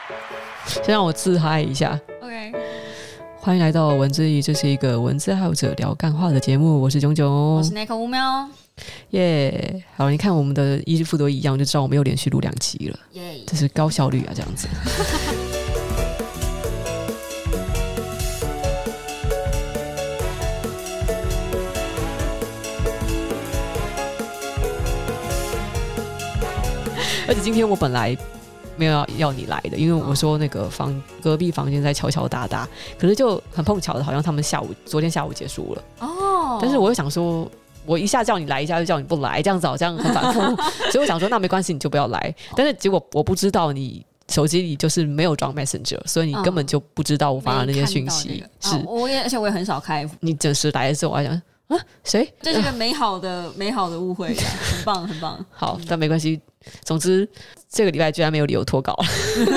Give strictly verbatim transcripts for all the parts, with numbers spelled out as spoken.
先让我自嗨一下。 OK， 欢迎来到文字意，这是一个文字爱好者聊干话的节目，我是炯炯， 我是 Nick 吴喵耶。Yeah, 好，你看我们的衣服都一样，就知道我们又连续录两期了， yeah. 这是高效率啊，这样子。而且今天我本来没有 要, 要你来的，因为我说那个房隔壁房间在敲敲打打，可是就很碰巧的，好像他们下午昨天下午结束了哦。但是我又想说，我一下叫你来，一下就叫你不来，这样子好像很反复，所以我想说那没关系，你就不要来。但是结果我不知道你手机里就是没有装 Messenger， 所以你根本就不知我发的那些讯息。 那個、是、哦、我也而且我也很少开。你准时来的时候，我还想。啊，谁？ 这是个美好的、美好的误会，很棒，很棒。 好，但没关系。总之，这个礼拜居然没有理由脱稿了。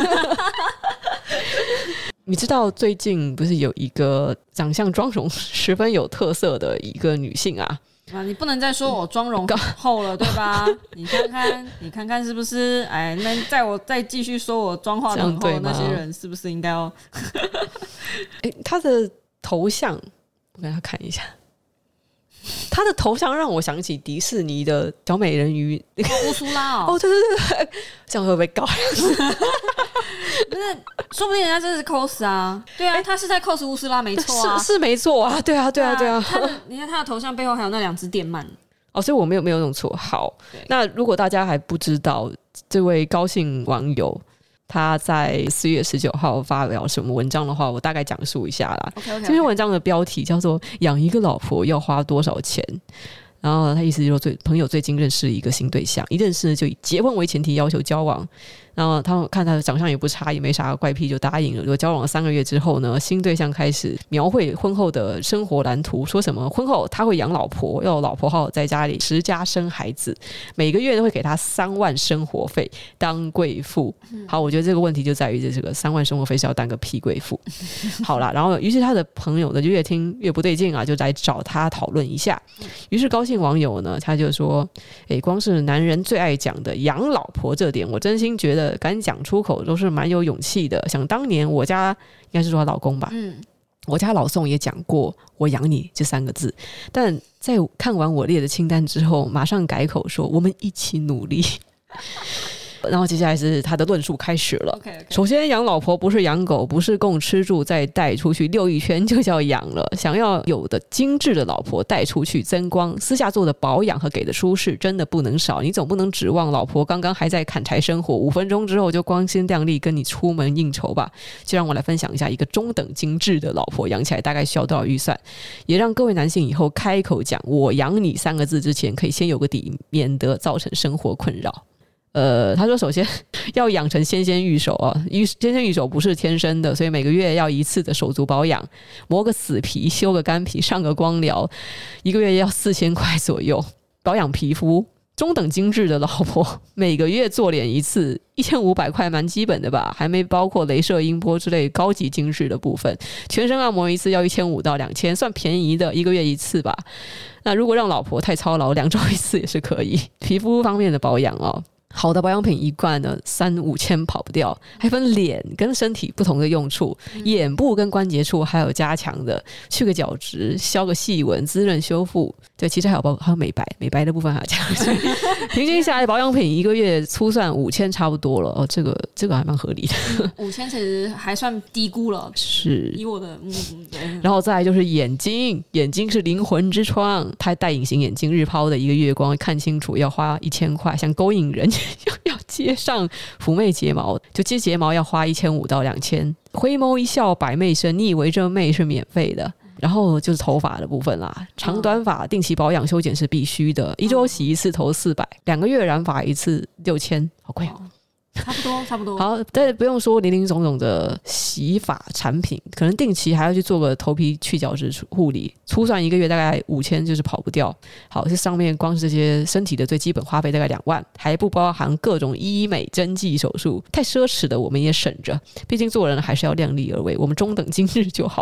你知道最近不是有一个长相妆容十分有特色的一个女性啊？ 啊，你不能再说我妆容厚了，对吧？你看看，你看看是不是？哎，那在我再继续说我妆化很厚的那些人，是不是应该要？ 哎，她的头像，我给她看一下。他的头像让我想起迪士尼的小美人鱼乌苏拉哦， 哦，对对对，这样会不会搞？ 不是，说不定人家真的是 cos 啊，对啊，他是在 cos 乌苏拉没错啊， 是是没错啊，对啊对啊对啊， 他的你看他的头像背后还有那两只电鳗哦，所以我没有没有弄错。好，那如果大家还不知道这位高姓网友他在四月十九号发表什么文章的话，我大概讲述一下啦。 Okay, okay, okay. 这篇文章的标题叫做养一个老婆要花多少钱，然后他意思就是最朋友最近认识一个新对象，一认识就以结婚为前提要求交往，然后他们看他的长相也不差，也没啥怪癖，就答应了。如果交往了三个月之后呢，新对象开始描绘婚后的生活蓝图，说什么婚后他会养老婆，要老婆好好在家里持家生孩子，每个月会给他三万生活费，当贵妇。好，我觉得这个问题就在于这个三万生活费是要当个屁贵妇。好啦，然后于是他的朋友呢就越听越不对劲啊，就来找他讨论一下。于是高姓网友呢，他就说：“哎，光是男人最爱讲的养老婆这点，我真心觉得。”敢讲出口都是蛮有勇气的。想当年我家应该是说她老公吧，嗯，我家老宋也讲过我养你这三个字，但在看完我列的清单之后马上改口说我们一起努力。然后接下来是他的论述开始了。okay, okay. 首先养老婆不是养狗，不是供吃住再带出去溜一圈就叫养了，想要有的精致的老婆带出去增光，私下做的保养和给的舒适真的不能少。你总不能指望老婆刚刚还在砍柴生活，五分钟之后就光鲜亮丽跟你出门应酬吧。就让我来分享一下一个中等精致的老婆养起来大概需要多少预算，也让各位男性以后开口讲我养你三个字之前可以先有个底，免得造成生活困扰。呃，他说首先要养成纤纤玉手啊，纤纤玉手不是天生的，所以每个月要一次的手足保养，磨个死皮，修个干皮，上个光疗，一个月要四千块左右。保养皮肤，中等精致的老婆每个月做脸一次，一千五百块蛮基本的吧，还没包括雷射音波之类高级精致的部分。全身按摩一次要一千五到两千，算便宜的，一个月一次吧。那如果让老婆太操劳，两周一次也是可以。皮肤方面的保养哦。好的保养品一罐呢，三五千跑不掉，还分脸跟身体不同的用处，眼部跟关节处还有加强的，去个角质，消个细纹，滋润修复。对，其实还有包还有美白，美白的部分还有加强。平均下来保养品一个月粗算五千差不多了哦，这个这个还蛮合理的。 五千其实还算低估了， 是以我的嗯对。 然后再来就是眼睛，眼睛是灵魂之窗，他戴隐形眼镜，日抛的一个月光看清楚要花一千块，想勾引人。要接上妩媚睫毛，就接睫毛要花一千五到两千。回眸一笑百媚生，你以为这媚是免费的？然后就是头发的部分啦，长短发定期保养修剪是必须的，一周洗一次头四百，两个月染发一次六千，好贵哦。 差不多差不多。 好，但不用说林林总总的洗发产品，可能定期还要去做个头皮去角质护理，粗算一个月大概五千就是跑不掉。好，这上面光是这些身体的最基本花费大概两万，还不包含各种医美针剂手术，太奢侈的我们也省着，毕竟做人还是要量力而为，我们中等精致就好了。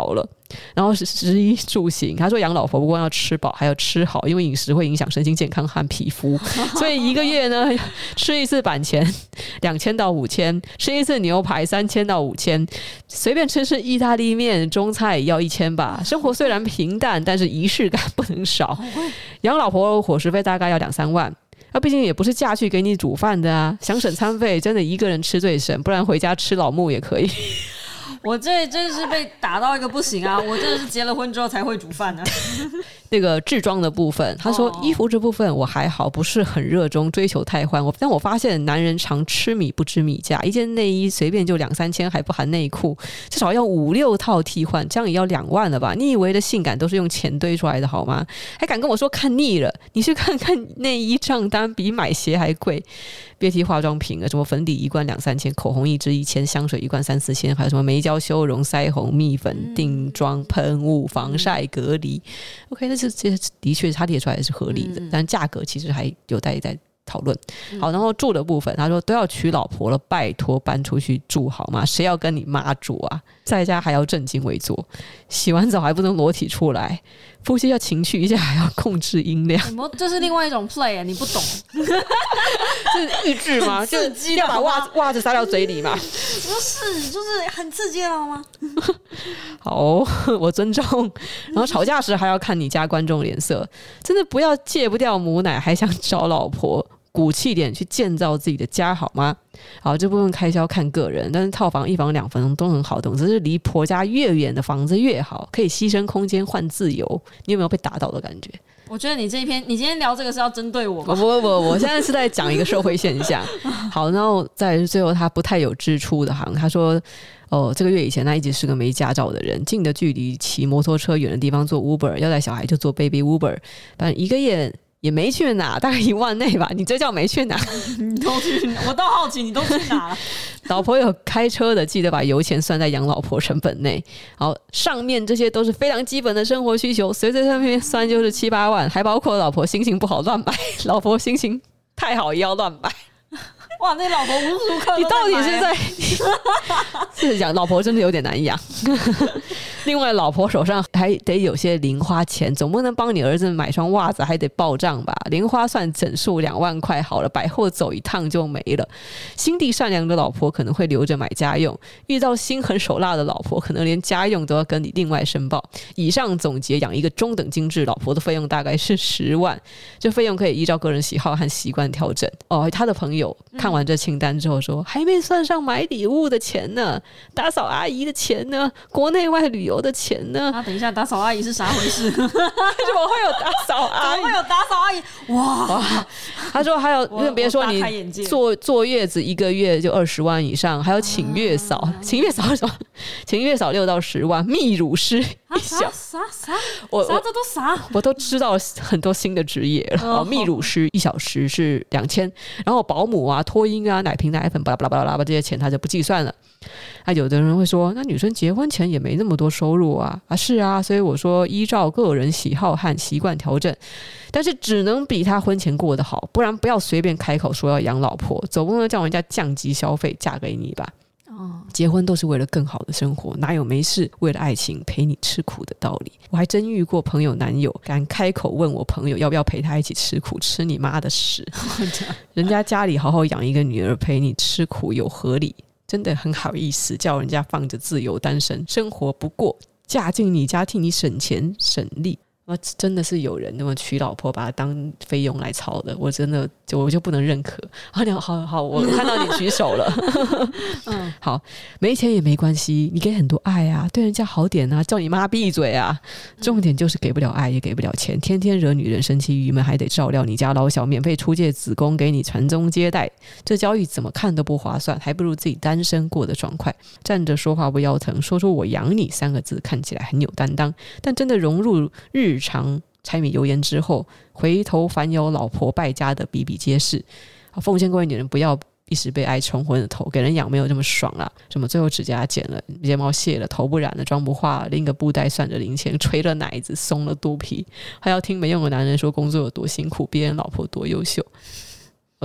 然后食衣住行，他说养老婆不光要吃饱还要吃好，因为饮食会影响身心健康和皮肤，所以一个月呢吃一次板前两千到五千，吃一次牛排三千到五千，随便吃吃意大利面中菜也要一千吧。生活虽然平淡，但是仪式感不能少。养老婆伙食费大概要两三万，那毕竟也不是嫁去给你煮饭的啊，想省餐费真的一个人吃最省，不然回家吃老木也可以。 我这真是被打到一个不行啊！我真的是结了婚之后才会煮饭啊。 那个置装的部分，他说、哦、衣服这部分我还好，不是很热衷追求太换。但我发现男人常吃米不知米价，一件内衣随便就两三千，还不含内裤，至少要五六套替换，这样也要两万了吧？你以为的性感都是用钱堆出来的好吗？还敢跟我说看腻了？你去看看内衣账单，比买鞋还贵。别提化妆品了，什么粉底一罐两三千，口红一支一千，香水一罐三四千，还有什么眉胶、修容、腮红、蜜粉、定妆、喷雾、防晒、隔离。OK， 那这这的确他列出来是合理的，但价格其实还有待在讨论。好，然后住的部分，他说都要娶老婆了，拜托搬出去住好吗？谁要跟你妈住啊？在家还要正襟危坐，洗完澡还不能裸体出来，夫妻要情趣一下，还要控制音量。 这是另外一种 play 啊，你不懂。 是预制吗？ 刺激要把袜子袜子塞到嘴里嘛？不是，就是很刺激了吗？ 好，我尊重。然后吵架时还要看你家观众脸色，真的不要戒不掉母奶，还想找老婆。鼓气点去建造自己的家好吗？好，这部分开销看个人，但是套房一房两房都很好，总之是离婆家越远的房子越好，可以牺牲空间换自由。你有没有被打倒的感觉？ 我觉得你这一篇，你今天聊这个是要针对我吗？ 不不不，我现在是在讲一个社会现象。好，然后再来是最后他不太有支出的行，他说哦，这个月以前他一直是个没驾照的人，近的距离骑摩托车，远的地方坐 Uber， 要带小孩就坐 Baby Uber， 反正一个月也没去哪，大概一万内吧。你这叫没去哪？ 你都去，我倒好奇你都去哪了。 老婆有开车的，记得把油钱算在养老婆成本内。好，上面这些都是非常基本的生活需求，随随便便算就是七八万，还包括老婆心情不好乱买，老婆心情太好也要乱买。 哇，那老婆无时无刻你到底是在是讲老婆真的有点难养。另外老婆手上还得有些零花钱，总不能帮你儿子买双袜子还得报账吧，零花算整数两万块好了，百货走一趟就没了。心地善良的老婆可能会留着买家用，遇到心狠手辣的老婆可能连家用都要跟你另外申报。以上总结，养一个中等精致老婆的费用大概是十万，这费用可以依照个人喜好和习惯调整。哦，他的朋友看完这清单之后说，还没算上买礼物的钱呢，打扫阿姨的钱呢，国内外旅游的钱呢。 啊，等一下，打扫阿姨是啥回事？ 怎么会有打扫阿姨？ 怎么会有打扫阿姨？哇！哇他说还有，别说你坐坐月子一个月就二十万以上，还有请月嫂，啊、请月嫂是什么？请月嫂六到十万，泌乳师啊啥啥啥？ 我啥这都啥？ 我都知道很多新的职业了。哦，泌乳师一小时是两千，然后保姆啊、托婴啊、奶瓶、奶粉、巴拉巴拉巴拉巴拉这些钱他就不计算了。啊，有的人会说，那女生结婚前也没那么多收入啊，啊是啊，所以我说依照个人喜好和习惯调整，但是只能比他婚前过得好，不然不要随便开口说要养老婆，总不能叫人家降级消费嫁给你吧。哦，结婚都是为了更好的生活，哪有没事为了爱情陪你吃苦的道理？我还真遇过朋友男友敢开口问我朋友要不要陪他一起吃苦，吃你妈的屎！人家家里好好养一个女儿陪你吃苦有合理，真的很好意思叫人家放着自由单身生活不过，嫁进你家替你省钱省力。真的是有人那么娶老婆把她当菲佣来操的，我真的就我就不能认可。好，好好，我看到你举手了。嗯，好，没钱也没关系，你给很多爱啊，对人家好点啊，叫你妈闭嘴啊。重点就是给不了爱，也给不了钱，天天惹女人生气郁闷，还得照料你家老小，免费出借子宫给你传宗接代，这交易怎么看都不划算，还不如自己单身过得爽快。站着说话不腰疼，说出我养你三个字看起来很有担当，但真的融入日日常柴米油盐之后，回头反咬老婆败家的比比皆是。奉劝各位女人不要一时被爱冲昏了头，给人养没有这么爽啦。什么最后指甲剪了，睫毛卸了，头不染了，妆不化了，拎个布袋算着零钱，捶了奶子，松了肚皮，还要听没用的男人说工作有多辛苦，别人老婆多优秀。OK，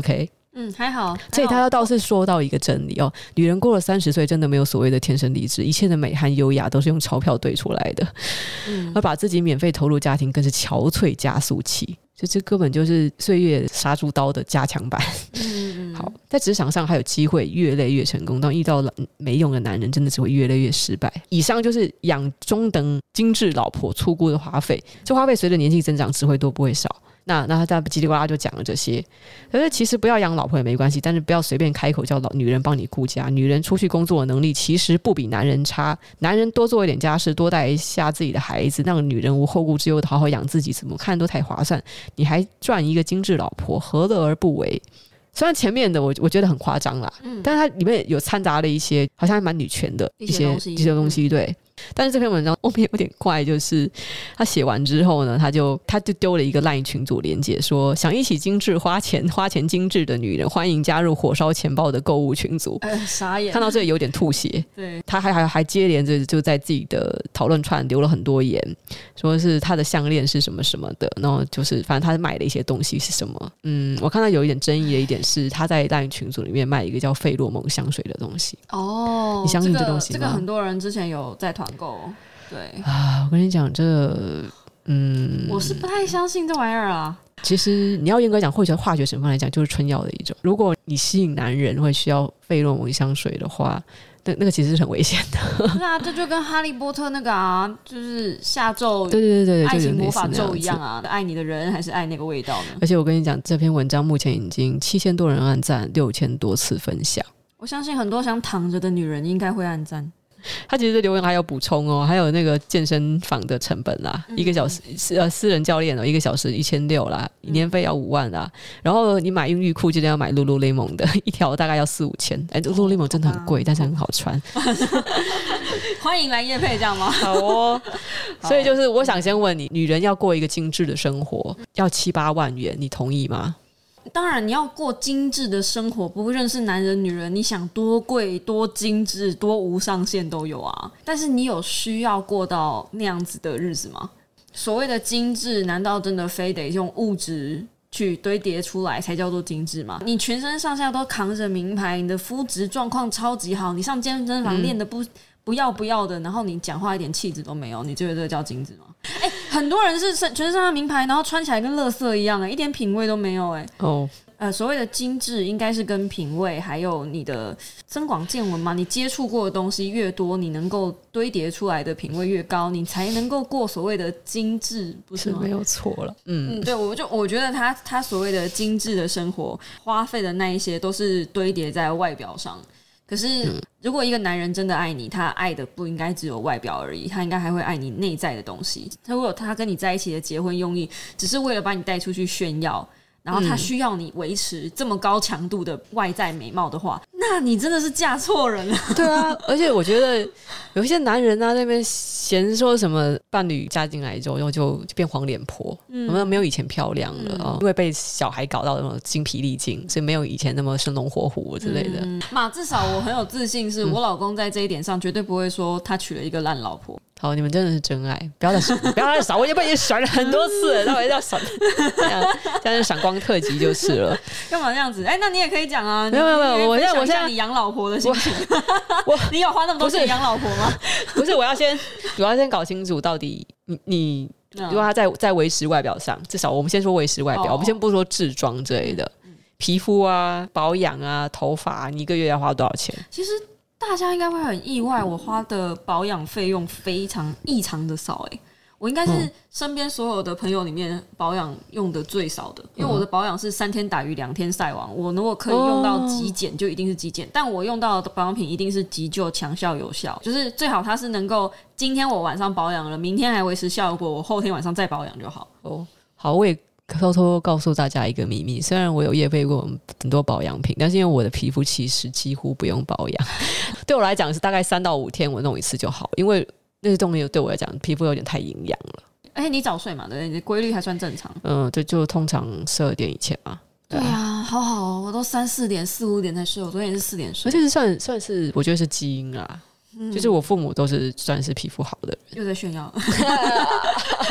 嗯，还好。 所以他倒是说到一个真理哦，女人过了三十岁，真的没有所谓的天生丽质，一切的美和优雅都是用钞票兑出来的。嗯，而把自己免费投入家庭，更是憔悴加速器。就这根本就是岁月杀猪刀的加强版。嗯，好，在职场上还有机会越累越成功，当遇到没用的男人，真的只会越来越失败。以上就是养中等精致老婆粗估的花费，这花费随着年纪增长只会多不会少。那那他叽里呱啦就讲了这些，可是其实不要养老婆也没关系，但是不要随便开口叫老女人帮你顾家。女人出去工作的能力其实不比男人差，男人多做一点家事，多带一下自己的孩子，让女人无后顾之忧的好好养自己，怎么看都太划算。你还赚一个精致老婆，何乐而不为？虽然前面的我我觉得很夸张啦，嗯，但是它里面有掺杂了一些好像还蛮女权的一些一些东西，对。但是这篇文章后面有点怪，就是他写完之后呢，他就他就丢了一个 LINE 群组连结，说想一起精致花钱花钱精致的女人，欢迎加入火烧钱包的购物群组。 呃，傻眼， 看到这里有点吐血。 对， 他还还还接连着就在自己的讨论串留了很多言，说是他的项链是什么什么的，然后就是反正他买的一些东西是什么。嗯，我看到有一点争议的一点是，他在 LINE 群组里面卖一个叫费洛蒙香水的东西。 哦， 你相信这东西吗？ 这个、这个很多人之前有在团购。对啊，我跟你讲，这嗯， 我是不太相信这玩意儿啊。 其实你要严格讲，或者化学成分来讲，就是春药的一种。如果你吸引男人会需要费洛蒙香水的话，那那个其实是很危险的。 是啊，这就跟哈利波特那个啊，就是下咒， 对对对对， 爱情魔法咒一样啊，爱你的人还是爱那个味道呢？ 而且我跟你讲，这篇文章目前已经七千多人按赞，六千多次分享。 我相信很多想躺着的女人应该会按赞。 他其实留言还有补充哦，还有那个健身房的成本啦，嗯、一个小时呃私人教练哦，一个小时一千六啦，年费要五万啦，然后你买孕育裤记得要买 Lululemon 的，一条大概要四五千，哎 ，Lululemon 真的很贵，但是很好穿。 欢迎来业配这样吗？ 好哦，所以就是我想先问你，女人要过一个精致的生活，要七八万元，你同意吗？ 当然你要过精致的生活，不论是男人女人，你想多贵多精致多无上限都有啊，但是你有需要过到那样子的日子吗？所谓的精致难道真的非得用物质去堆叠出来才叫做精致吗？你全身上下都扛着名牌，你的肤质状况超级好，你上健身房练的不、嗯、不要不要的，然后你讲话一点气质都没有，你觉得这个叫精致吗？哎、欸，很多人是全身上下名牌，然后穿起来跟垃圾一样、欸，一点品味都没有、欸，哎。哦。呃，所谓的精致应该是跟品味还有你的增广见闻嘛，你接触过的东西越多，你能够堆叠出来的品味越高，你才能够过所谓的精致，不是吗？ 是没有错了。嗯嗯，对，我就我觉得他他所谓的精致的生活花费的那一些都是堆叠在外表上。可是如果一个男人真的爱你，他爱的不应该只有外表而已，他应该还会爱你内在的东西。他如果他跟你在一起的结婚用意只是为了把你带出去炫耀，然后他需要你维持这么高强度的外在美貌的话，那你真的是嫁错人了。 对啊，而且我觉得有一些男人啊那边嫌说什么伴侣嫁进来之后就就变黄脸婆，嗯，没有以前漂亮了、嗯哦、因为被小孩搞到那种精疲力尽，所以没有以前那么生龙活虎之类的、嗯、 嘛，至少我很有自信是我老公在这一点上绝对不会说他娶了一个烂老婆。 好，你们真的是真爱，不要再不要再闪，我已经被你甩了很多次了，到底要闪这样这样是闪光特辑就是了。 干嘛这样子？哎、欸，那你也可以讲啊。 没有没有没有，我现在我现在你养老婆的心情。我你有花那么多钱养老婆吗？ 不是，我要先我要先搞清楚到底你你如果他在在维持外表上，至少我们先说维持外表，哦、我们先不说治装之类的，嗯、皮肤啊、保养啊、头发、啊，你一个月要花多少钱？ 其实。大家应该会很意外，我花的保养费用非常异常的少、欸、我应该是身边所有的朋友里面保养用的最少的，因为我的保养是三天打鱼两天晒网，我如果可以用到极简就一定是极简，但我用到的保养品一定是急救强效有效，就是最好它是能够今天我晚上保养了，明天还维持效果，我后天晚上再保养就好。 哦，好，我也偷偷告诉大家一个秘密，虽然我有业配过很多保养品，但是因为我的皮肤其实几乎不用保养，对我来讲是大概三到五天我弄一次就好，因为那些东西对我来讲皮肤有点太营养了。 而且你早睡嘛，对不对？你的规律还算正常。 嗯，对，就通常十二点以前嘛。 对啊，对啊，好好哦，我都三四点、四五点才睡，我昨天也是四点睡， 而且是算算是我觉得是基因啦。嗯、就是我父母都是算是皮肤好的人， 又在炫耀。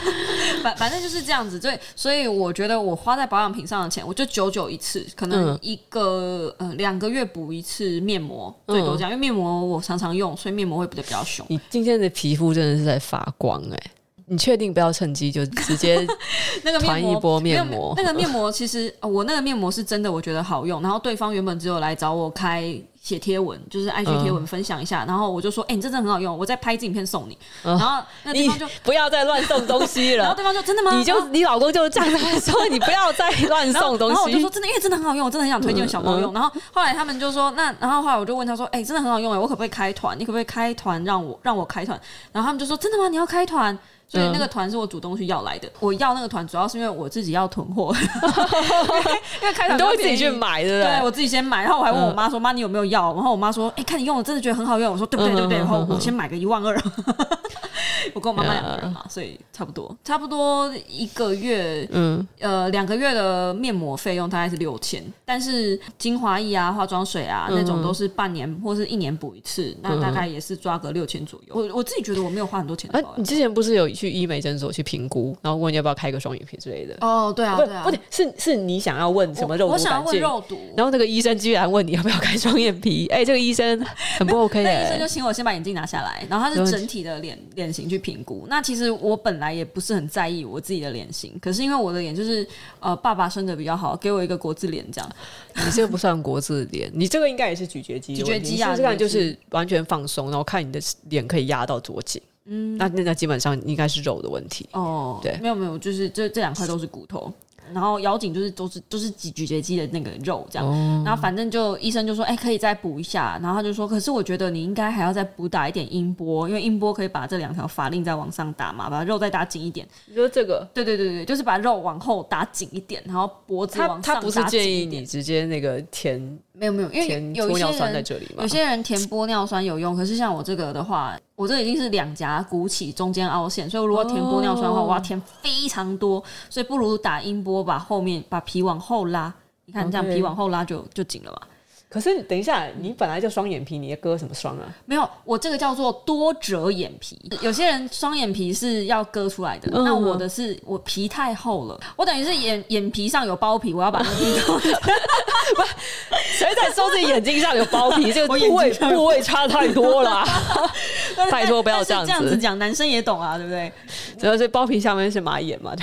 反反正就是这样子，所以所以我觉得我花在保养品上的钱，我就久久一次，可能一个、嗯、呃两个月补一次面膜，最多这样，因为面膜我常常用，所以面膜会补得比较凶。 你今天的皮肤真的是在发光哎、欸！你确定不要趁机就直接那个团一波面膜？ 那个面膜其实、哦、我那个面膜是真的我觉得好用，然后对方原本只有来找我开写贴文，就是 I G 贴文分享一下、嗯、然后我就说哎、欸，你这真的很好用，我再拍一支影片送你、嗯、然后那对方就不要再乱送东西了。 然后对方就真的吗？ 你就你老公就这样子说你不要再乱送东西。 然后我就说真的，因为真的很好用，我真的很想推荐小猫用、嗯嗯、然后后来他们就说那然后后来我就问他说哎、欸，真的很好用，我可不可以开团？你可不可以开团让我让我开团？然后他们就说真的吗？你要开团？所以那个团是我主动去要来的，我要那个团主要是因为我自己要囤货，因为开团你都会自己去买，对不对？ 对，我自己先买，然后我还问我妈说：“妈，你有没有要？”然后我妈说：“哎、欸，看你用，我真的觉得很好用。”我说：“对不对？对不对？”然后我先买个一万二，我跟我妈妈两个人嘛，所以差不多差不多一个月，嗯，呃，两个月的面膜费用大概是六千，但是精华液啊、化妆水啊、嗯、那种都是半年或是一年补一次，那大概也是抓个六千左右。我我自己觉得我没有花很多钱的保养、啊。 你之前不是有去医美诊所去评估，然后问要不要开个双眼皮之类的？ 哦，对啊，对啊， 不是是你想要问什么肉毒我？我想要问肉毒， 然后那个医生居然问你要不要开双眼皮？哎、欸，这个医生很不 OK 哎、欸。 那医生就请我先把眼镜拿下来，然后他是整体的脸脸型去评估。那其实我本来也不是很在意我自己的脸型，可是因为我的脸就是呃爸爸生的比较好，给我一个国字脸这样。 你这个不算国字脸，你这个应该也是咀嚼肌的问题。 咀嚼肌啊， 这个就是完全放松，然后看你的脸可以压到多紧。嗯，那那基本上应该是肉的问题哦。对，没有没有，就是这这两块都是骨头，然后咬紧就是都是都是咀嚼肌的那个肉这样。哦、然后反正就医生就说，哎、欸，可以再补一下。然后他就说，可是我觉得你应该还要再补打一点音波，因为音波可以把这两条法令再往上打嘛，把肉再打紧一点。 你说这个？对对对对，就是把肉往后打紧一点，然后脖子往上打紧一点。他他不是建议你直接那个填。 没有没有，因为有一些人有些人填玻尿酸有用，可是像我这个的话，我这已经是两颊鼓起，中间凹陷，所以如果填玻尿酸的话，我要填非常多，所以不如打音波，把后面把皮往后拉。你看这样皮往后拉就就紧了嘛。 可是等一下，你本来就双眼皮，你割什么双啊？ 没有，我这个叫做多折眼皮。有些人双眼皮是要割出来的，嗯、那我的是我皮太厚了，我等于是眼眼皮上有包皮，我要把那个皮割。 不，谁在说自己眼睛上有包皮？这个部位部位差太多了、啊。拜托不要这样子， 这样子讲，男生也懂啊，对不对？ 主要是包皮下面是马眼嘛。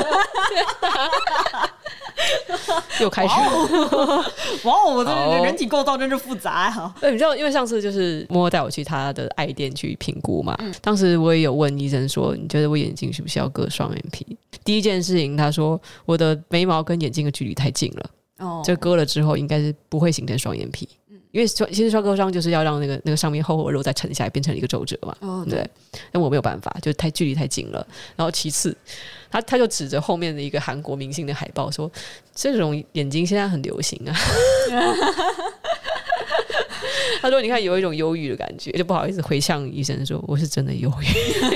又开始哇！我这个人体构造真是复杂啊！ 对，你知道，因为上次就是默默带我去他的爱店去评估嘛，嗯、当时我也有问医生说，你觉得我眼睛是不是要割双眼皮？第一件事情，他说我的眉毛跟眼睛的距离太近了，哦，这割了之后应该是不会形成双眼皮。因为其实双割伤就是要让那个那个上面厚厚的肉再沉下来，变成一个皱褶嘛。哦，对。但我没有办法，就太距离太近了。然后其次，他他就指着后面的一个韩国明星的海报说：“这种眼睛现在很流行啊。”他说：“你看有一种忧郁的感觉，就不好意思回向医生说我是真的忧郁。”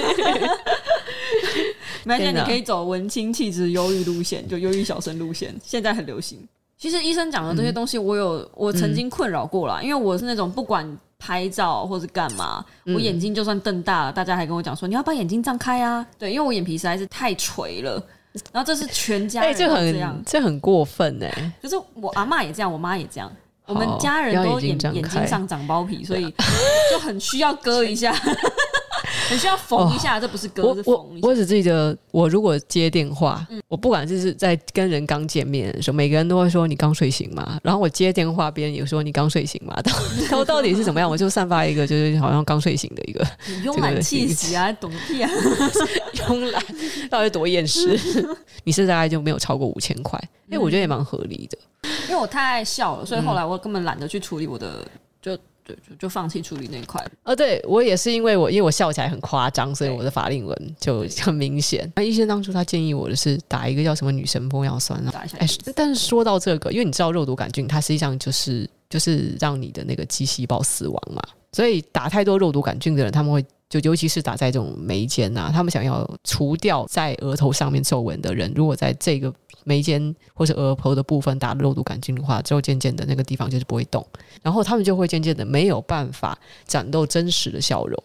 没关系，你可以走文青气质忧郁路线，就忧郁小生路线，现在很流行。其实医生讲的这些东西，我有、嗯、我曾经困扰过啦、嗯，因为我是那种不管拍照或是干嘛、嗯，我眼睛就算瞪大了，大家还跟我讲说你要把眼睛张开啊。对，因为我眼皮实在是太垂了，然后这是全家人都这样， 欸、这, 这很过分哎、欸。 可是我阿嬷也这样，我妈也这样，我们家人都 眼, 眼睛上长包皮，所以就很需要割一下。很需要缝一下、哦、这不是割是缝一下。 我只记得我如果接电话、嗯、我不管是在跟人刚见面的时候，每个人都会说你刚睡醒吗？然后我接电话别人也说你刚睡醒吗？到到底是怎么样？我就散发一个就是好像刚睡醒的一个慵懒气息啊，懂屁啊。 慵懒到底多厌世。你是大概就没有超过五千块，因为我觉得也蛮合理的。 因为我太爱笑了，所以后来我根本懒得去处理我的就对，就就放弃处理那一块。 呃、哦，对我也是因为我因为我笑起来很夸张，所以我的法令纹就很明显。那医生当初他建议我的是打一个叫什么女神玻尿酸啊，打一下。哎，但是说到这个，因为你知道肉毒杆菌它实际上就是就是让你的那个肌细胞死亡嘛，所以打太多肉毒杆菌的人，他们会就尤其是打在这种眉间啊，他们想要除掉在额头上面皱纹的人，如果在这个眉间或是额头的部分打肉毒杆菌的话，之后渐渐的那个地方就是不会动，然后他们就会渐渐的没有办法展露真实的笑容。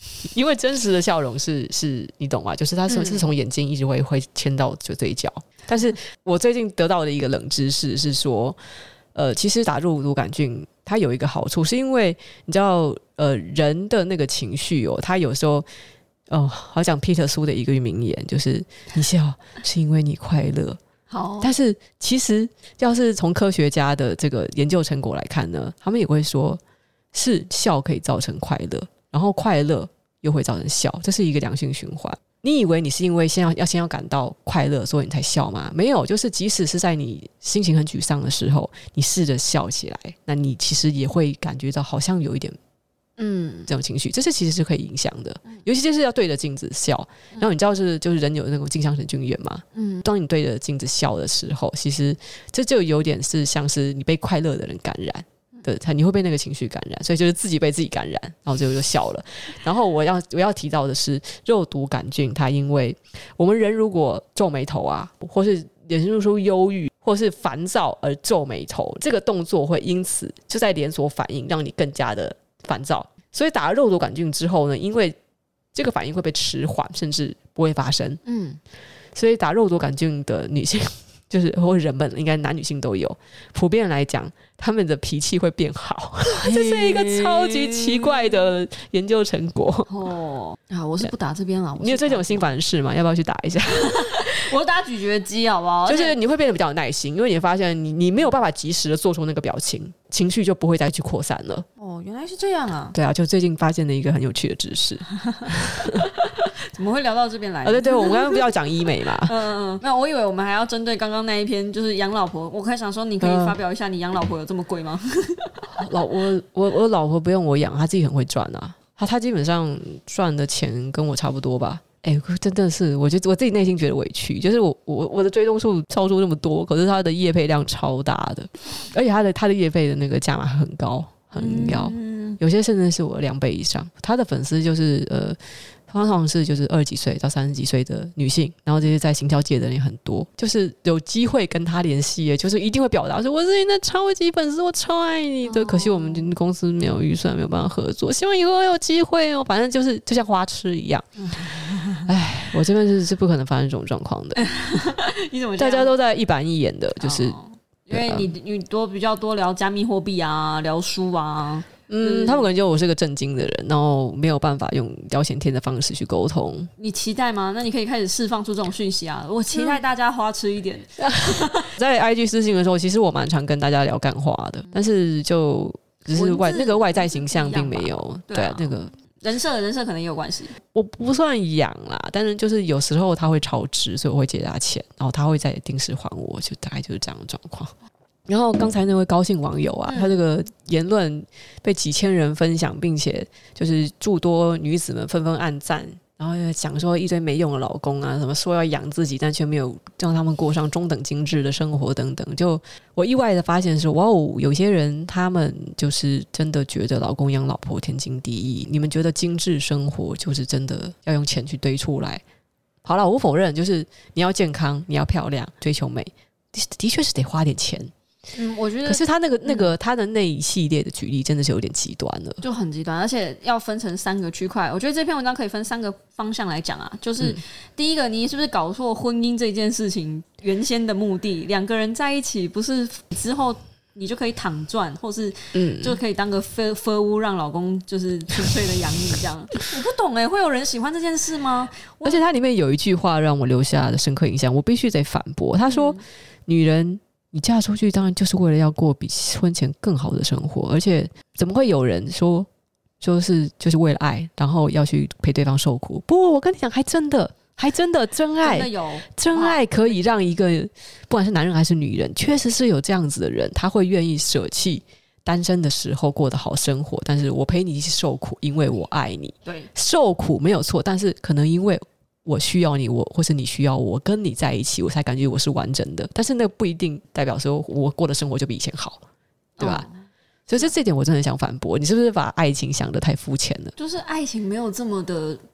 因为真实的笑容是是你懂吗？就是它是是从眼睛一直会会牵到就嘴角。但是我最近得到的一个冷知识是说，呃，其实打肉毒杆菌它有一个好处，是因为你知道，呃，人的那个情绪哦，他有时候。哦，好讲 Peter 苏的一个名言，就是你笑是因为你快乐。 好， 但是其实要是从科学家的这个研究成果来看呢，他们也会说是笑可以造成快乐，然后快乐又会造成笑，这是一个良性循环。你以为你是因为先要要先要感到快乐所以你才笑吗？没有，就是即使是在你心情很沮丧的时候，你试着笑起来，那你其实也会感觉到好像有一点嗯，这种情绪，这是其实是可以影响的，尤其就是要对着镜子笑。然后你知道是就是人有那种镜像神经元嘛，嗯，当你对着镜子笑的时候，其实这就有点是像是你被快乐的人感染，对，你会被那个情绪感染，所以就是自己被自己感染，然后最后就笑了。然后我要我要提到的是，肉毒杆菌它因为我们人如果皱眉头啊，或是衍生出忧郁或是烦躁而皱眉头，这个动作会因此就在连锁反应，让你更加的烦躁。所以打了肉毒杆菌之后呢，因为这个反应会被迟缓，甚至不会发生。嗯，所以打肉毒杆菌的女性，就是或人们，应该男女性都有，普遍来讲，他们的脾气会变好。这是一个超级奇怪的研究成果。 哦，啊，我是不打这边了。 你有这种心烦的事吗？要不要去打一下？ 我打咀嚼肌好不好？ 就是你会变得比较有耐心，因为你发现你你没有办法及时的做出那个表情，情绪就不会再去扩散了。 哦，原来是这样啊！ 对啊，就最近发现了一个很有趣的知识。 怎么会聊到这边来？ 啊，对对，我们刚刚不要讲医美嘛？ 嗯嗯，没有，我以为我们还要针对刚刚那一篇，就是养老婆。我开始想说，你可以发表一下，你养老婆有这么贵吗？ 老我我我老婆不用我养，她自己很会赚啊。她她基本上赚的钱跟我差不多吧。哎、欸，真的是，我觉得我自己内心觉得委屈，就是我我我的追踪数超出那么多，可是他的业配量超大的，而且他的他的业配的那个价码很高很高，嗯、有些甚至是我两倍以上。他的粉丝就是呃，通常是就是二十几岁到三十几岁的女性，然后这些在行销界的人也很多，就是有机会跟他联系，就是一定会表达说我是你的超级粉丝，我超爱你的。可惜我们公司没有预算，没有办法合作，希望以后有机会哦。反正就是就像花痴一样。哎，我这边是是不可能发生这种状况的。 你怎么大家都在一板一眼的，就是、哦、 因为你你多比较多聊加密货币啊，聊书啊。 嗯，他们可能觉得我是个正经的人，然后没有办法用聊闲天的方式去沟通。 你期待吗？那你可以开始释放出这种讯息啊！我期待大家花痴一点。 在 I G 私信的时候，其实我蛮常跟大家聊干话的，但是就只是外那个外在形象并没有对啊，那个。 人设人设可能也有关系， 我不算养啦，但是就是有时候他会超支，所以我会借他钱，然后他会再定时还我，就大概就是这样的状况。然后刚才那位高兴网友啊，嗯、他这个言论被几千人分享，并且就是诸多女子们纷纷按赞，然后讲说一堆没用的老公啊，什么说要养自己，但却没有让他们过上中等精致的生活等等。就我意外的发现是，哇哦，有些人他们就是真的觉得老公养老婆天经地义。你们觉得精致生活就是真的要用钱去堆出来？好了，我不否认，就是你要健康，你要漂亮，追求美，的, 的确是得花点钱。 嗯，我觉得， 可是他那个那个、嗯、他的那一系列的举例真的是有点极端了， 就很极端，而且要分成三个区块。我觉得这篇文章可以分三个方向来讲啊，就是、嗯、第一个，你是不是搞错婚姻这件事情原先的目的？两个人在一起不是之后你就可以躺赚，或是就可以当个飞飞屋，让老公就是纯粹的养你这样。我不懂哎、欸，会有人喜欢这件事吗？ 而且它里面有一句话让我留下的深刻印象，我必须得反驳。他说：“嗯、女人。”你嫁出去当然就是为了要过比婚前更好的生活，而且怎么会有人说说是就是为了爱，然后要去陪对方受苦？不，我跟你讲，还真的，还真的，真爱真的有真爱可以让一个不管是男人还是女人，确实是有这样子的人，他会愿意舍弃单身的时候过得好生活，但是我陪你一起受苦，因为我爱你。 对， 受苦没有错，但是可能因为我需要你，我或是你需要我，跟你在一起，我才感觉我是完整的。但是那不一定代表说我过的生活就比以前好，对吧？哦、所以这这点我真的很想反驳，你是不是把爱情想得太肤浅了？ 就是爱情没有这么的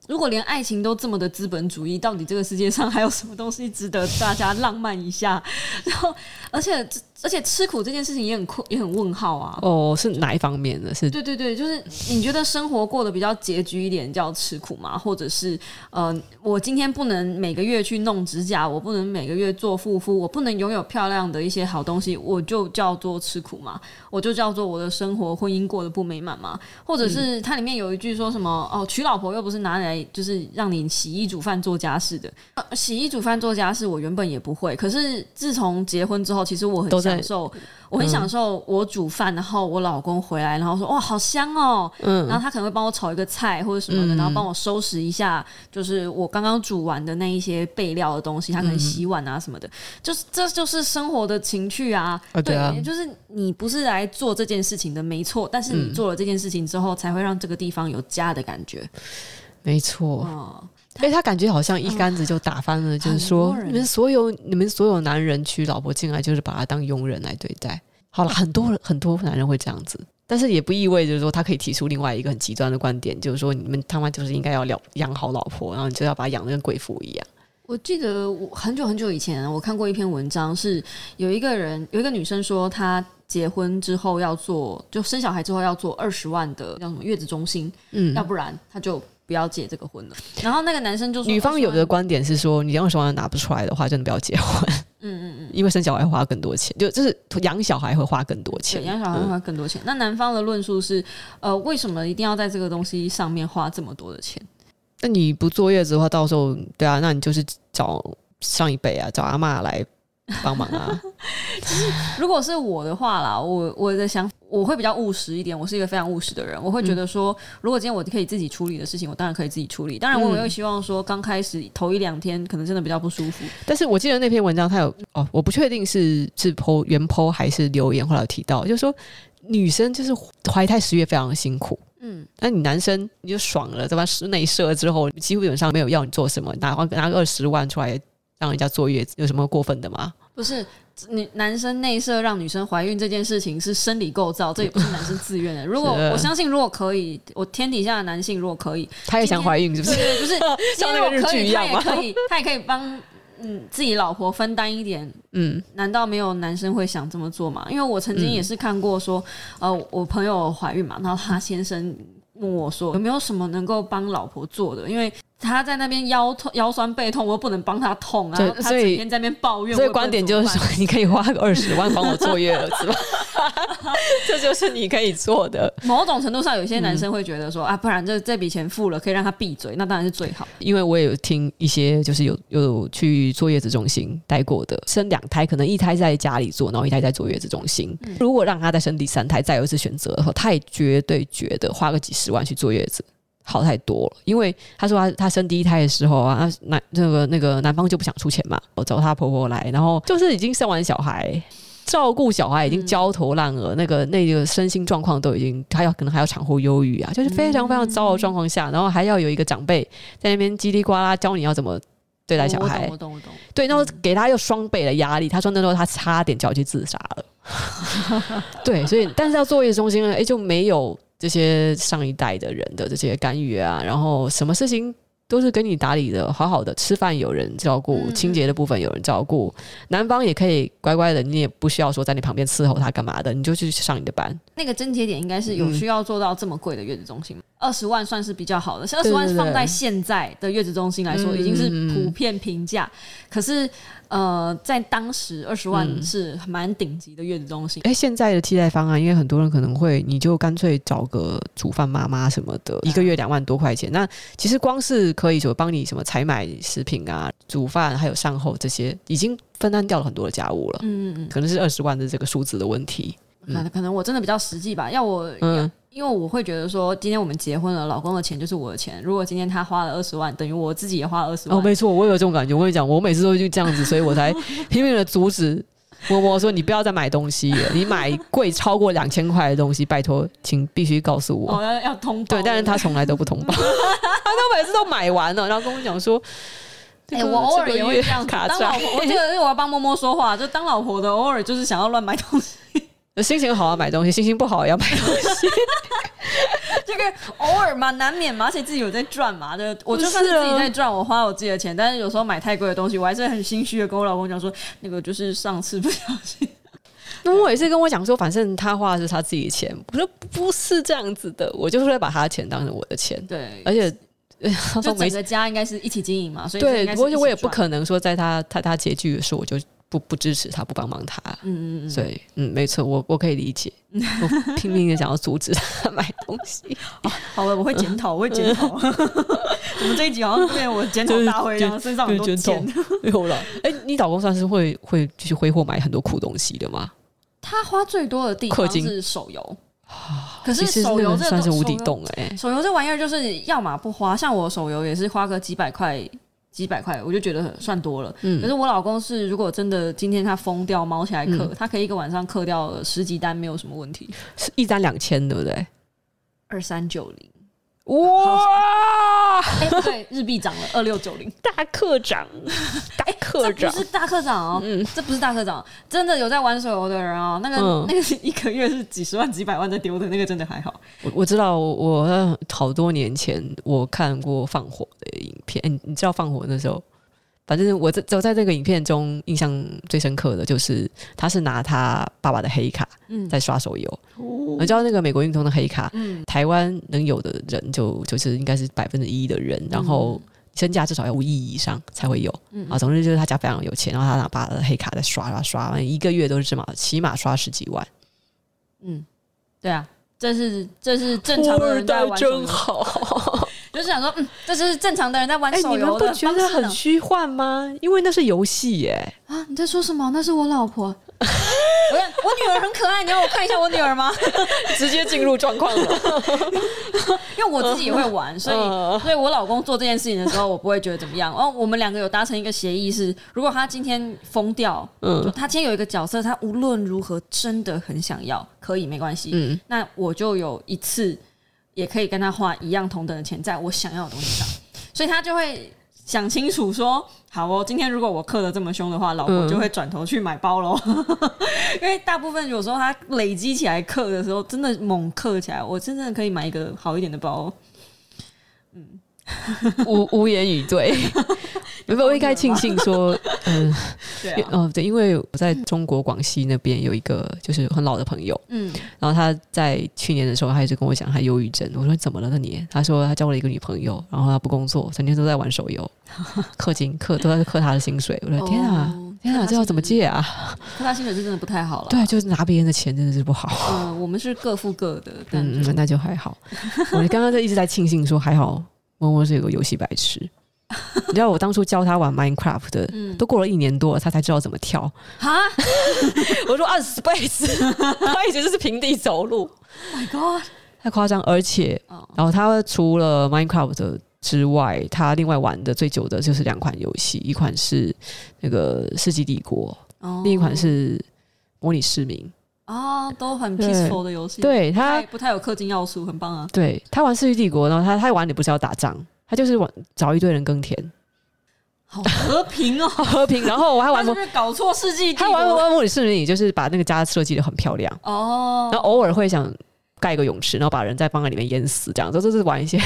如果连爱情都这么的资本主义，到底这个世界上还有什么东西值得大家浪漫一下？然后，而且而且吃苦这件事情也很也很问号啊。 哦，是哪一方面的？是对对对，就是你觉得生活过得比较拮据一点叫吃苦吗？或者是呃，我今天不能每个月去弄指甲，我不能每个月做护肤，我不能拥有漂亮的一些好东西，我就叫做吃苦吗？我就叫做我的生活婚姻过得不美满吗？或者是它里面有一句说什么哦，娶老婆又不是拿来就是让你洗衣煮饭做家事的、呃、洗衣煮饭做家事我原本也不会，可是自从结婚之后其实我很享受我很享受我煮饭，然后我老公回来然后说哇好香哦、嗯、然后他可能会帮我炒一个菜或者什么的、嗯、然后帮我收拾一下就是我刚刚煮完的那一些备料的东西，他可能洗碗啊什么的、嗯、就是这就是生活的情趣啊、啊对啊，对，就是你不是来做这件事情的没错，但是你做了这件事情之后才会让这个地方有家的感觉， 没错、嗯因为他感觉好像一竿子就打翻了、嗯、就是说你们所有你们所有男人娶老婆进来就是把她当佣人来对待。好了，很多很多男人会这样子，但是也不意味着说他可以提出另外一个很极端的观点，就是说你们他妈就是应该要养好老婆，然后你就要把她养得跟贵妇一样。 我记得我很久很久以前我看过一篇文章，是有一个人有一个女生说她结婚之后要做就生小孩之后要做二十万的叫什么月子中心、嗯、要不然她就不要结这个婚了。然后那个男生就说， 女方有的观点是说，你二十万拿不出来的话，真的不要结婚。嗯嗯嗯，因为生小孩花更多钱，就就是养小孩会花更多钱， 对，养小孩会花更多钱、嗯。那男方的论述是，呃，为什么一定要在这个东西上面花这么多的钱？ 那你不坐月子的话，到时候对啊，那你就是找上一辈啊，找阿嬷来帮忙啊。 就是如果是我的话啦，我我的想法我会比较务实一点，我是一个非常务实的人，我会觉得说、嗯、如果今天我可以自己处理的事情我当然可以自己处理，当然我也会希望说刚开始头一两天可能真的比较不舒服。 但是我记得那篇文章它有哦，我不确定是是 po 原 po 还是留言后来有提到，就是说女生就是怀胎十月非常辛苦，嗯，那你男生你就爽了，对吧？内射之后几乎基本上没有要你做什么，拿拿个二十万出来让人家坐月子，有什么过分的吗？ 不是，女男生内射让女生怀孕这件事情是生理构造，这也不是男生自愿的。如果我相信，如果可以，我天底下的男性如果可以， 他也想怀孕，是不是？ 对对，不是像那个日剧一样吗？ 他也可以，他也可以帮嗯自己老婆分担一点。嗯，难道没有男生会想这么做吗？因为我曾经也是看过说，嗯、呃，我朋友怀孕嘛，然后他先生问我说，有没有什么能够帮老婆做的？因为他在那边腰痛腰酸背痛，我又不能帮他痛啊，他整天在那边抱怨。 所以观点就是说，你可以花个二十万帮我坐月子吧，这就是你可以做的。 某种程度上，有些男生会觉得说、嗯、啊，不然这这笔钱付了，可以让他闭嘴，那当然是最好。 因为我也有听一些就是有有去坐月子中心待过的，生两胎可能一胎在家里做，然后一胎在坐月子中心、嗯。如果让他再生第三胎，再有一次选择的话，他也绝对觉得花个几十万去坐月子好太多了。因为他说 他, 他生第一胎的时候啊，那那个那个男方就不想出钱嘛，我找他婆婆来，然后就是已经生完小孩，照顾小孩已经焦头烂额、嗯、那个那个身心状况都已经，他要可能还要产后忧郁啊，就是非常非常糟的状况下、嗯、然后还要有一个长辈在那边叽里呱啦教你要怎么对待小孩。 我懂我懂我懂。 对，然后给他又双倍的压力。他说那时候他差点就要去自杀了。对，所以但是到坐月子中心呢，哎，就没有这些上一代的人的这些干预啊，然后什么事情都是给你打理的好好的，吃饭有人照顾，清洁的部分有人照顾，男方也可以乖乖的，你也不需要说在你旁边伺候他干嘛的，你就去上你的班。 那个症结点应该是有需要做到这么贵的月子中心吗？二十万算是比较好的，二十万放在现在的月子中心来说，已经是普遍评价。可是呃，在当时二十万是蛮顶级的月子中心。哎、嗯， 现在的替代方案，因为很多人可能会，你就干脆找个煮饭妈妈什么的，一个月两万多块钱。那其实光是可以说帮你什么采买食品啊、煮饭，还有善后这些，已经分担掉了很多的家务了。嗯嗯嗯，可能是二十万的这个数字的问题。 嗯、可能我真的比较实际吧，要我。嗯，因为我会觉得说，今天我们结婚了，老公的钱就是我的钱。如果今天他花了二十万，等于我自己也花了二十万。 哦，没错，我有这种感觉。我跟你讲，我每次都就这样子，所以我才拼命的阻止默默说：“你不要再买东西了，你买贵超过两千块的东西，拜托，请必须告诉我。” 哦，要要通报。 对，但是他从来都不通报，他都每次都买完了，然后跟我讲说。 哎、欸，我偶尔也会这样子当老婆。我这个我要帮默默说话，就当老婆的偶尔就是想要乱买东西。 心情好要买东西，心情不好也要买东西。 这个偶尔嘛，难免嘛，而且自己有在赚嘛。就我就算是自己在赚，我花我自己的钱，但是有时候买太贵的东西，我还是很心虚的跟我老公讲说，那个就是上次不小心。 那我也是跟我讲说，反正他花的是他自己的钱，我说不是这样子的，我就是会把他的钱当成我的钱。 对， 而且就整个家应该是一起经营嘛，所以对， 不过我也不可能说在他他他拮据的时候，我就不不支持他，不帮忙他。嗯嗯嗯，所以嗯，没错，我我可以理解，我拼命的想要阻止他买东西。 哦、好了，我会检讨，我会检讨。怎么这一集好像变我检讨大会一样，身上很多检。 有了，哎、欸，你老公算是会会继续挥霍买很多苦东西的吗？ 他花最多的地方是手游。可是手游这算是无底洞哎、欸， 手游这玩意儿就是要么不花，像我手游也是花个几百块，几百块我就觉得算多了。嗯，可是我老公是如果真的今天他疯掉猫起来氪、嗯，他可以一个晚上氪掉十几单没有什么问题， 是一单两千对不对？ 二三九零。 哇！ 哎、欸，对，日币涨了二六九零， 大课长，大课长、欸， 这不是大课长哦，嗯，这不是大课长，真的有在玩手游的人哦，那个、嗯、那个一个月是几十万、几百万在丢的，那个真的还好。 我我知道我，我好多年前我看过放火的影片，欸、你你知道放火那时候？反正我在只有在这个影片中印象最深刻的就是他是拿他爸爸的黑卡在刷手游、嗯、你知道那个美国运通的黑卡、嗯、台湾能有的人就就是应该是百分之一的人，然后身价至少要五亿以上才会有、嗯、啊，总之就是他家非常有钱，然后他拿爸爸的黑卡在刷刷刷，一个月都是这么起码刷十几万。 嗯，对啊，这是这是正常的人在玩手游， 真好。 就是想说，嗯，这是正常的人在玩手游的方式、啊欸、 你们不觉得很虚幻吗？因为那是游戏耶。 啊，你在说什么？那是我老婆。我我女儿很可爱，你要我看一下我女儿吗？ 直接进入状况了。 因为我自己也会玩，所以所以我老公做这件事情的时候，我不会觉得怎么样。然后我们两个有达成一个协议是，如果他今天疯掉，嗯，他今天有一个角色，他无论如何真的很想要，可以没关系，嗯，那我就有一次。也可以跟他花一样同等的钱在我想要的东西上，所以他就会想清楚说，好哦，今天如果我氪得这么凶的话，老婆就会转头去买包咯、嗯、因为大部分有时候他累积起来氪的时候真的猛氪起来，我真的可以买一个好一点的包。嗯， 无无言以对。我应该庆幸说，嗯，对、啊，哦，对，因为我在中国广西那边有一个就是很老的朋友，嗯，然后他在去年的时候，他一直跟我讲他忧郁症。我说怎么了那你？他说他交了一个女朋友，然后他不工作，整天都在玩手游，氪金氪都在氪他的薪水。我说天啊，哦、天啊，这要怎么借啊？ 氪他薪水是真的不太好了。 对，就是拿别人的钱真的是不好。 嗯、呃，我们是各付各的，但嗯，那就还好。我刚刚就一直在庆幸说，还好默默是有个游戏白痴。你知道我当初教他玩 Minecraft 的、嗯、都过了一年多了他才知道怎么跳哈我说按 space 他以前就是平地走路 Oh my god 太夸张。而且、哦、然后他除了 Minecraft 之外，他另外玩的最久的就是两款游戏，一款是那个世纪帝国、哦、另一款是模拟市民哦，都很 peaceful 的游戏。 对，他不太有氪金要素，很棒啊。 对，他玩世纪帝国，然后他他玩的不是要打仗，他就是玩找一堆人耕田， 好和平哦， 好和平。然后我还玩， 他是不是搞错世纪帝国？ 他玩玩模拟市民，就是把那个家设计的很漂亮哦，然后偶尔会想盖一个泳池，然后把人再放在里面淹死，这样，这就是玩一些。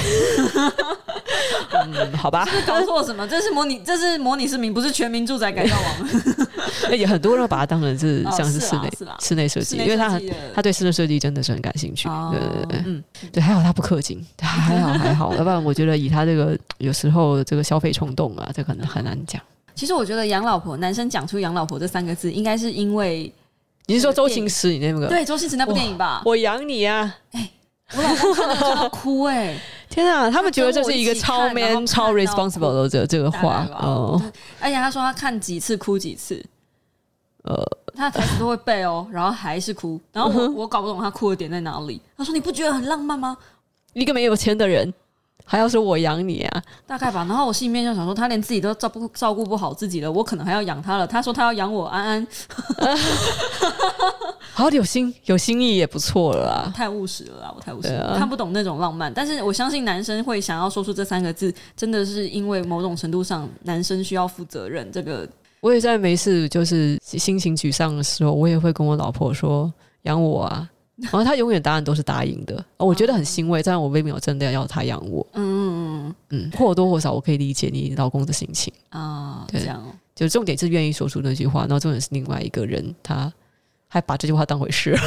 嗯，好吧， 这是搞错什么？这是模拟，这是模拟市民，不是全民住宅改造网。 也很多人把它当成是像是室内、哦、室内设计，因为他很他对室内设计真的是很感兴趣。哦、对对对，嗯，对，还好他不氪金，还好还好，要不然我觉得以他这个有时候这个消费冲动啊，这可能很难讲。 其实我觉得养老婆，男生讲出养老婆这三个字，应该是因为你是说周星驰你那个对周星驰那部电影吧？ 我养你啊！哎、欸， 我老公看到要哭哎、欸。 天啊，他们觉得这是一个超 man 超 responsible 的这这个话哦， 而且他说他看几次哭几次，呃，他的台词都会背哦，然后还是哭，然后我、嗯、我搞不懂他哭的点在哪里。他说你不觉得很浪漫吗？ 一个没有钱的人还要说我养你啊， 大概吧。然后我心里面就想说，他连自己都照顾照顾不好自己了，我可能还要养他了。他说他要养我安安， 好有心有心意也不错了啦。 太务实了啦，我太务实了、啊，看不懂那种浪漫。但是我相信男生会想要说出这三个字，真的是因为某种程度上，男生需要负责任。这个我也在没事就是心情沮丧的时候，我也会跟我老婆说养我啊。 然后他永远答案都是答应的、哦、我觉得很欣慰，但我并没有真的要他养我。嗯嗯嗯，或多或少我可以理解你老公的心情啊，这样哦。 就重点是愿意说出那句话，然后重点是另外一个人他还把这句话当回事。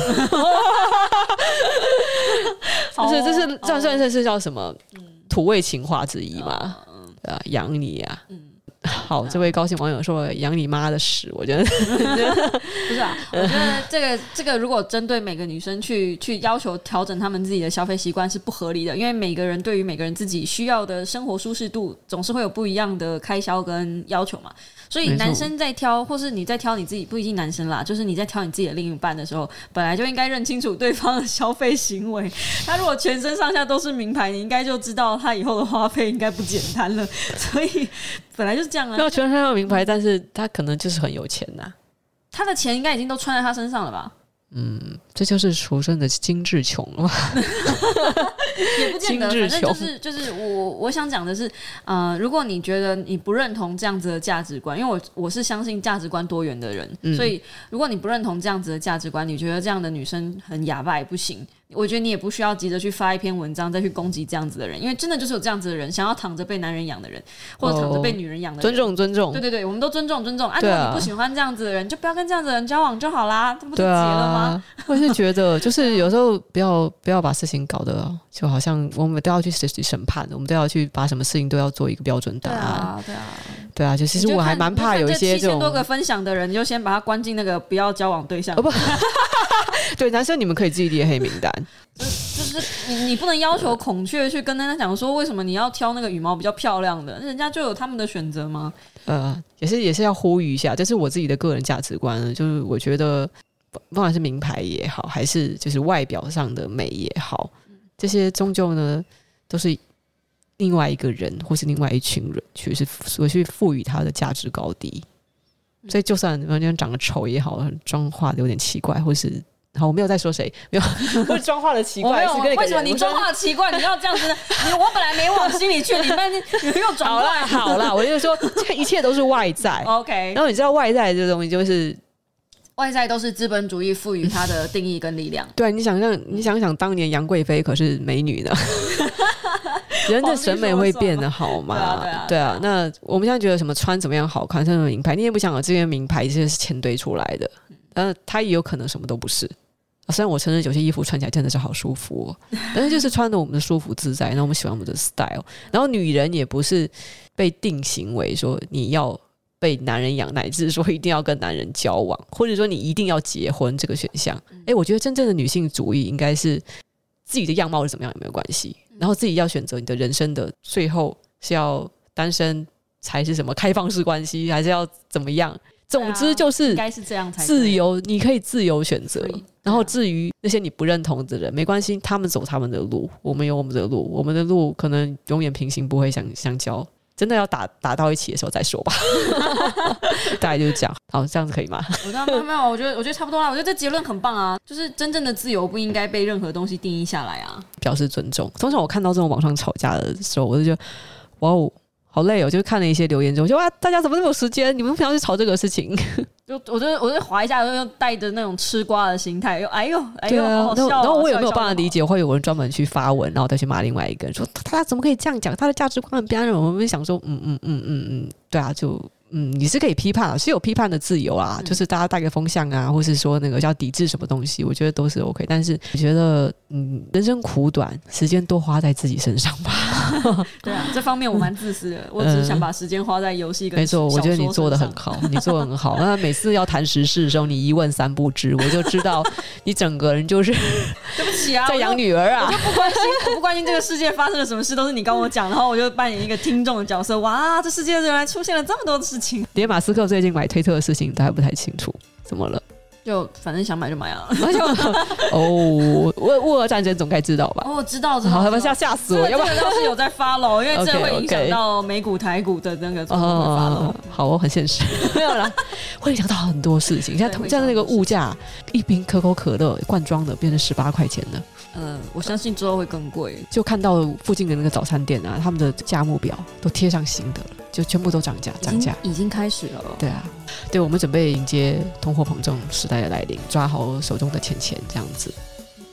就是这是这算是叫什么土味情话之一嘛？对啊，养你啊。嗯，好，这位高兴网友说养你妈的屎，我觉得不是啊，我觉得这个这个如果针对每个女生去去要求调整她们自己的消费习惯是不合理的，因为每个人对于每个人自己需要的生活舒适度总是会有不一样的开销跟要求嘛。所以男生在挑，或是你在挑你自己，不一定男生啦，就是你在挑你自己的另一半的时候，本来就应该认清楚对方的消费行为。他如果全身上下都是名牌，你应该就知道他以后的花费应该不简单了。所以本来就是这样啊。 要全身上下名牌，但是他可能就是很有钱呐、啊。 他的钱应该已经都穿在他身上了吧？ 嗯，这就是出生的精致穷了吧？ 也不见得，反正就是就是我我想讲的是，呃，如果你觉得你不认同这样子的价值观，因为我我是相信价值观多元的人，嗯、所以如果你不认同这样子的价值观，你觉得这样的女生很哑巴也不行。我觉得你也不需要急着去发一篇文章再去攻击这样子的人，因为真的就是有这样子的人，想要躺着被男人养的人，或者躺着被女人养的人。 尊重尊重， 对对对，我们都尊重尊重。啊，如果你不喜欢这样子的人，就不要跟这样子的人交往就好啦，这不就结了吗？啊、 我是觉得，就是有时候不要不要把事情搞得就好像我们都要去审判，我们都要去把什么事情都要做一个标准答案。对啊，对啊，对啊，就其实我还蛮怕有一些这种七千多个分享的人，你就先把他关进那个不要交往对象。哦不对，男生你们可以自己列黑名单， 就就是你你不能要求孔雀去跟他讲说为什么你要挑那个羽毛比较漂亮的，人家就有他们的选择吗？ 呃，也是也是要呼吁一下，这是我自己的个人价值观，就是我觉得不管是名牌也好，还是就是外表上的美也好，这些终究呢都是另外一个人或是另外一群人去是我去赋予他的价值高低，所以就算人家长得丑也好，妆化的有点奇怪，或是好，我没有在说谁，没有，我妆化的奇怪。是为什么你妆化的奇怪？你要这样子？你我本来没往心里去，你但是你又转过来。 好啦，好啦，我就说，一切都是外在。 OK， 然后你知道外在这东西就是外在都是资本主义赋予它的定义跟力量。 对，你想象，你想想，当年杨贵妃可是美女呢。人的审美会变得好吗？对啊，对啊，对啊。那我们现在觉得什么穿怎么样好看，穿什么名牌，你也不想有这些名牌，这些是钱堆出来的。呃，它也有可能什么都不是。虽然我承认有些衣服穿起来真的是好舒服哦，但是就是穿的我们的舒服自在，然后我们喜欢我们的 style。然后女人也不是被定型为说你要被男人养，乃至说一定要跟男人交往，或者说你一定要结婚这个选项。哎，我觉得真正的女性主义应该是自己的样貌是怎么样也没有关系，然后自己要选择你的人生的最后是要单身才是什么开放式关系，还是要怎么样。总之就是应该是这样才自由，你可以自由选择。然后至于那些你不认同的人，没关系，他们走他们的路，我们有我们的路，我们的路可能永远平行，不会相相交。真的要打打到一起的时候再说吧。大概就是这样。好，这样子可以吗？ 我当然没有，我觉得我觉得差不多啦。我觉得这结论很棒啊，就是真正的自由不应该被任何东西定义下来啊。 表示尊重。通常我看到这种网上吵架的时候，我就觉得哇哦。好累哦！就看了一些留言之后，就哇，大家怎么那么有时间？你们平常去吵这个事情？ 就我就我就滑一下，又带着那种吃瓜的心态，又哎呦哎呦， 啊、 好好笑、哦。 然后我也没有办法理解，会有人专门去发文，然后再去骂另外一个人，说他怎么可以这样讲？他的价值观很边缘。我们想说，嗯嗯嗯嗯嗯，对啊，就。嗯，你是可以批判，是有批判的自由啊，嗯、就是大家带个风向啊，或是说那个要抵制什么东西，我觉得都是 OK。但是我觉得，嗯，人生苦短，时间多花在自己身上吧。 对啊，这方面我蛮自私的，我只是想把时间花在游戏跟小说身上。 没错，我觉得你做得很好，你做得很好。那每次要谈时事的时候，你一问三不知，我就知道你整个人就是对不起啊， 在养女儿啊。 我就不关心，我不关心这个世界发生了什么事，都是你跟我讲，然后我就扮演一个听众的角色。哇，这世界原来出现了这么多的事情。 连马斯克最近买推特的事情都还不太清楚，怎么了？ 就反正想买就买啊！ 哦，乌乌俄战争总该知道吧？ 哦，我知道，知道。 好，他们吓吓死我！ 要不然倒是有在 follow， 因为这会影响到美股、台股的那个怎么会 follow。 好，我很现实，没有啦，会影响到很多事情。像像那个物价，一瓶可口可乐罐装的变成十八块钱了。 嗯，我相信之后会更贵。 就看到附近的那个早餐店啊，他们的价目表都贴上新的了，就全部都涨价，涨价已经开始了。 对啊，对，我们准备迎接通货膨胀时代的来临，抓好手中的钱钱，这样子。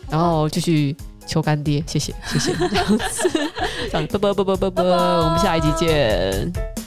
然后继续求干爹，谢谢谢谢，这样子，这样啵啵啵啵啵啵，我们下一集见。